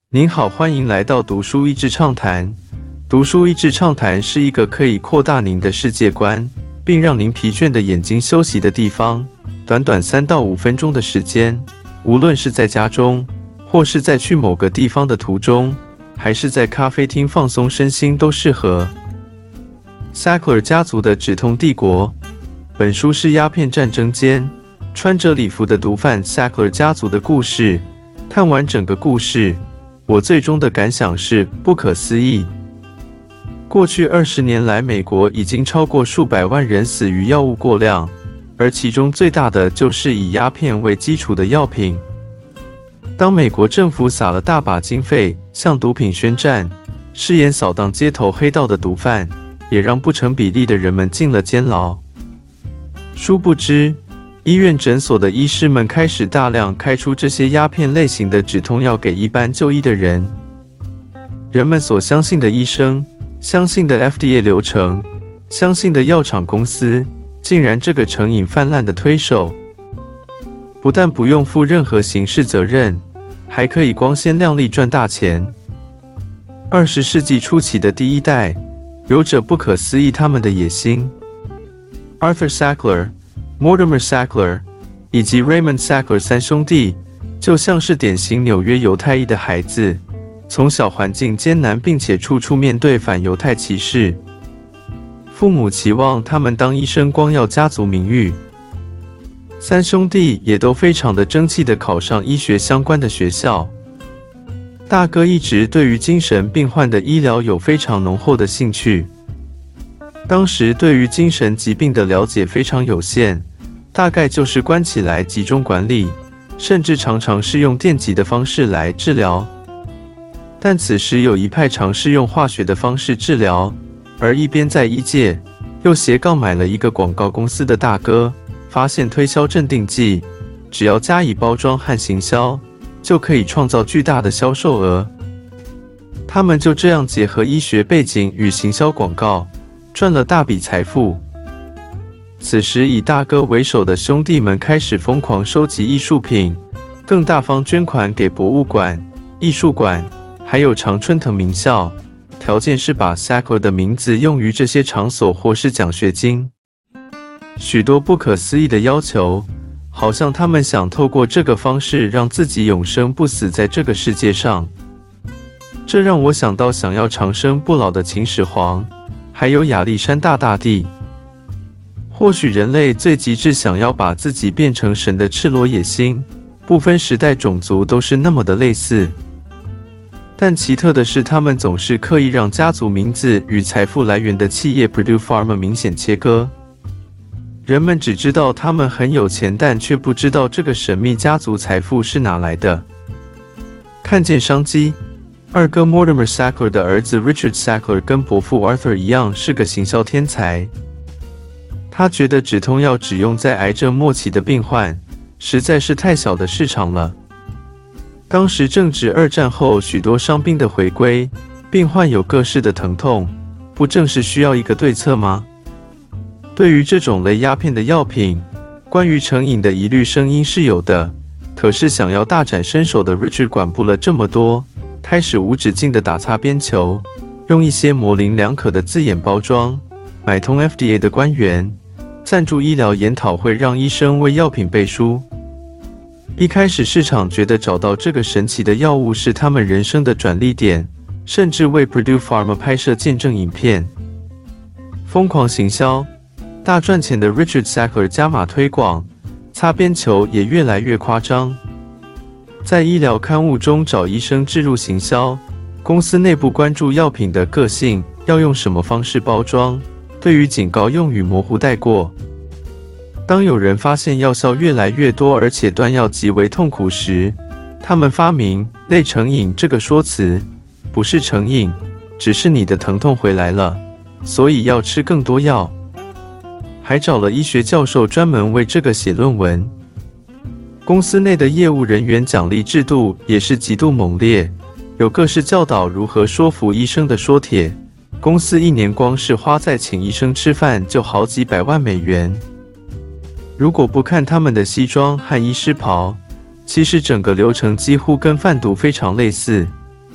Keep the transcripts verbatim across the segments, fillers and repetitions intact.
您好，欢迎来到读书益智畅谈。读书益智畅谈是一个可以扩大您的世界观，并让您疲倦的眼睛休息的地方。短短三到五分钟的时间，无论是在家中，或是在去某个地方的途中，还是在咖啡厅放松身心，都适合。Sackler 家族的止痛帝国。本书是鸦片战争间穿着礼服的毒贩 Sackler 家族的故事。看完整个故事，我最终的感想是不可思议。过去二十年来，美国已经超过数百万人死于药物过量，而其中最大的就是以鸦片为基础的药品。当美国政府撒了大把经费向毒品宣战，誓言扫荡街头黑道的毒贩，也让不成比例的人们进了监牢。殊不知，医院诊所的医师们开始大量开出这些鸦片类型的止痛药给一般就医的人。人们所相信的医生，相信的 F D A 流程，相信的药厂公司，竟然这个成瘾泛滥的推手，不但不用负任何刑事责任，还可以光鲜亮丽赚大钱。二十世纪初期的第一代，有着不可思议他们的野心。Arthur Sackler、Mortimer Sackler 以及 Raymond Sackler 三兄弟，就像是典型纽约犹太裔的孩子，从小环境艰难，并且处处面对反犹太歧视。父母期望他们当医生，光耀家族名誉。三兄弟也都非常的争气地考上医学相关的学校。大哥一直对于精神病患的医疗有非常浓厚的兴趣。当时对于精神疾病的了解非常有限，大概就是关起来集中管理，甚至常常是用电击的方式来治疗。但此时有一派尝试用化学的方式治疗，而一边在医界又斜杠买了一个广告公司的大哥，发现推销镇定剂，只要加以包装和行销，就可以创造巨大的销售额。他们就这样结合医学背景与行销广告，赚了大笔财富。此时以大哥为首的兄弟们开始疯狂收集艺术品，更大方捐款给博物馆、艺术馆，还有常春藤名校，条件是把 Sackler 的名字用于这些场所或是奖学金。许多不可思议的要求，好像他们想透过这个方式让自己永生不死在这个世界上。这让我想到想要长生不老的秦始皇，还有亚历山大大帝。或许人类最极致想要把自己变成神的赤裸野心，不分时代种族都是那么的类似。但奇特的是，他们总是刻意让家族名字与财富来源的企业 Purdue Pharma 明显切割。人们只知道他们很有钱，但却不知道这个神秘家族财富是哪来的。看见商机，二哥 Mortimer Sackler 的儿子 Richard Sackler 跟伯父 Arthur 一样是个行销天才。他觉得止痛药只用在癌症末期的病患，实在是太小的市场了。当时正值二战后许多伤兵的回归，病患有各式的疼痛，不正是需要一个对策吗？对于这种类鸦片的药品，关于成瘾的疑虑声音是有的，可是想要大展身手的 Richard 管不了这么多，开始无止境的打擦边球，用一些模棱两可的字眼包装，买通 F D A 的官员，赞助医疗研讨会，让医生为药品背书。一开始市场觉得找到这个神奇的药物是他们人生的转捩点，甚至为 Purdue Pharma 拍摄见证影片。疯狂行销，大赚钱的 Richard Sackler 加码推广，擦边球也越来越夸张。在医疗刊物中找医生置入行销，公司内部关注药品的个性，要用什么方式包装，对于警告用语模糊带过。当有人发现药效越来越多，而且断药极为痛苦时，他们发明类成瘾这个说辞，不是成瘾，只是你的疼痛回来了，所以要吃更多药。还找了医学教授专门为这个写论文。公司内的业务人员奖励制度也是极度猛烈，有各式教导如何说服医生的说帖。公司一年光是花在请医生吃饭就好几百万美元。如果不看他们的西装和医师袍，其实整个流程几乎跟贩毒非常类似。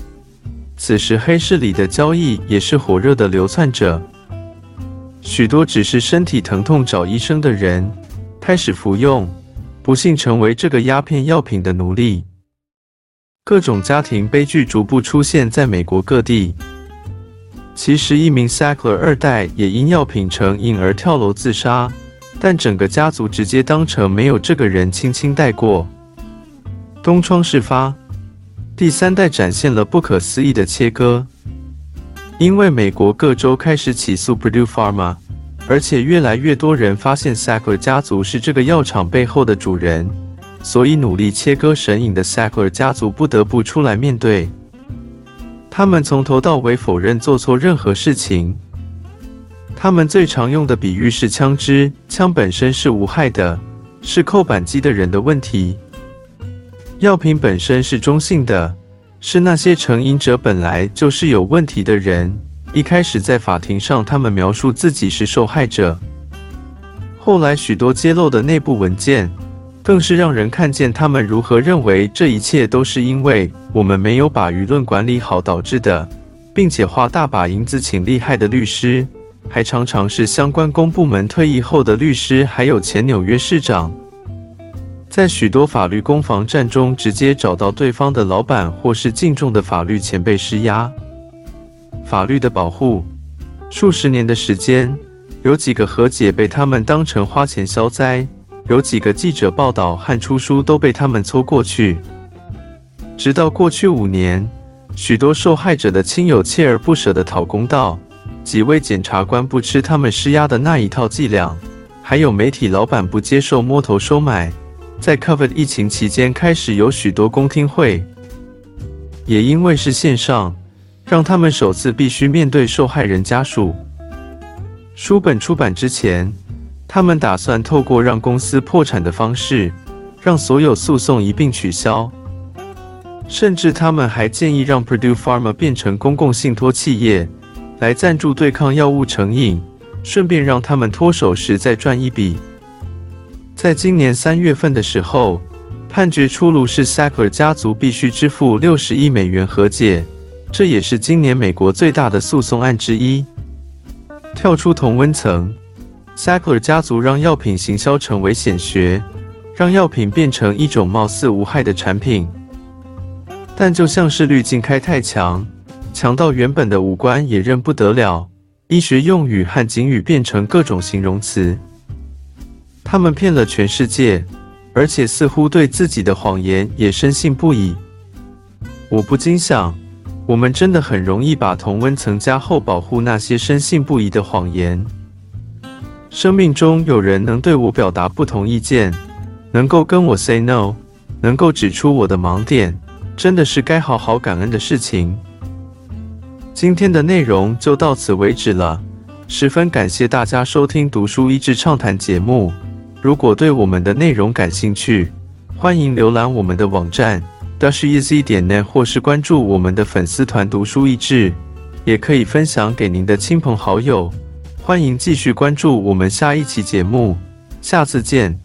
此时黑市里的交易也是火热的流窜着。许多只是身体疼痛找医生的人，开始服用，不幸成为这个鸦片药品的奴隶。各种家庭悲剧逐步出现在美国各地。其实一名 Sackler 二代也因药品成瘾而跳楼自杀，但整个家族直接当成没有这个人，轻轻带过。东窗事发，第三代展现了不可思议的切割。因为美国各州开始起诉 Purdue Pharma， 而且越来越多人发现 Sackler 家族是这个药厂背后的主人，所以努力切割神瘾的 Sackler 家族不得不出来面对。他们从头到尾否认做错任何事情。他们最常用的比喻是枪支，枪本身是无害的，是扣扳机的人的问题。药品本身是中性的，是那些成瘾者本来就是有问题的人。一开始在法庭上，他们描述自己是受害者，后来许多揭露的内部文件，更是让人看见他们如何认为这一切都是因为我们没有把舆论管理好导致的，并且花大把银子请厉害的律师，还常常是相关公部门退役后的律师，还有前纽约市长。在许多法律攻防战中，直接找到对方的老板或是敬重的法律前辈施压。法律的保护，数十年的时间，有几个和解被他们当成花钱消灾，有几个记者报道和出书都被他们搓过去。直到过去五年，许多受害者的亲友锲而不舍地讨公道，几位检察官不吃他们施压的那一套伎俩，还有媒体老板不接受摸头收买。在 COVID 疫情期间开始有许多公听会，也因为是线上，让他们首次必须面对受害人家属。书本出版之前，他们打算透过让公司破产的方式，让所有诉讼一并取消。甚至他们还建议让 Purdue Pharma 变成公共信托企业，来赞助对抗药物成瘾，顺便让他们脱手时再赚一笔。在今年三月份的时候，判决出炉是 Sackler 家族必须支付六十亿美元和解，这也是今年美国最大的诉讼案之一。跳出同温层， Sackler 家族让药品行销成为显学，让药品变成一种貌似无害的产品。但就像是滤镜开太强，强到原本的五官也认不得了，医学用语和警语变成各种形容词。他们骗了全世界，而且似乎对自己的谎言也深信不疑。我不禁想，我们真的很容易把同温层加厚保护那些深信不疑的谎言。生命中有人能对我表达不同意见，能够跟我 say no， 能够指出我的盲点，真的是该好好感恩的事情。今天的内容就到此为止了，十分感谢大家收听读书益智畅谈节目。如果对我们的内容感兴趣，欢迎浏览我们的网站 dash e z 点 net 或是关注我们的粉丝团读书益智，也可以分享给您的亲朋好友。欢迎继续关注我们下一期节目，下次见。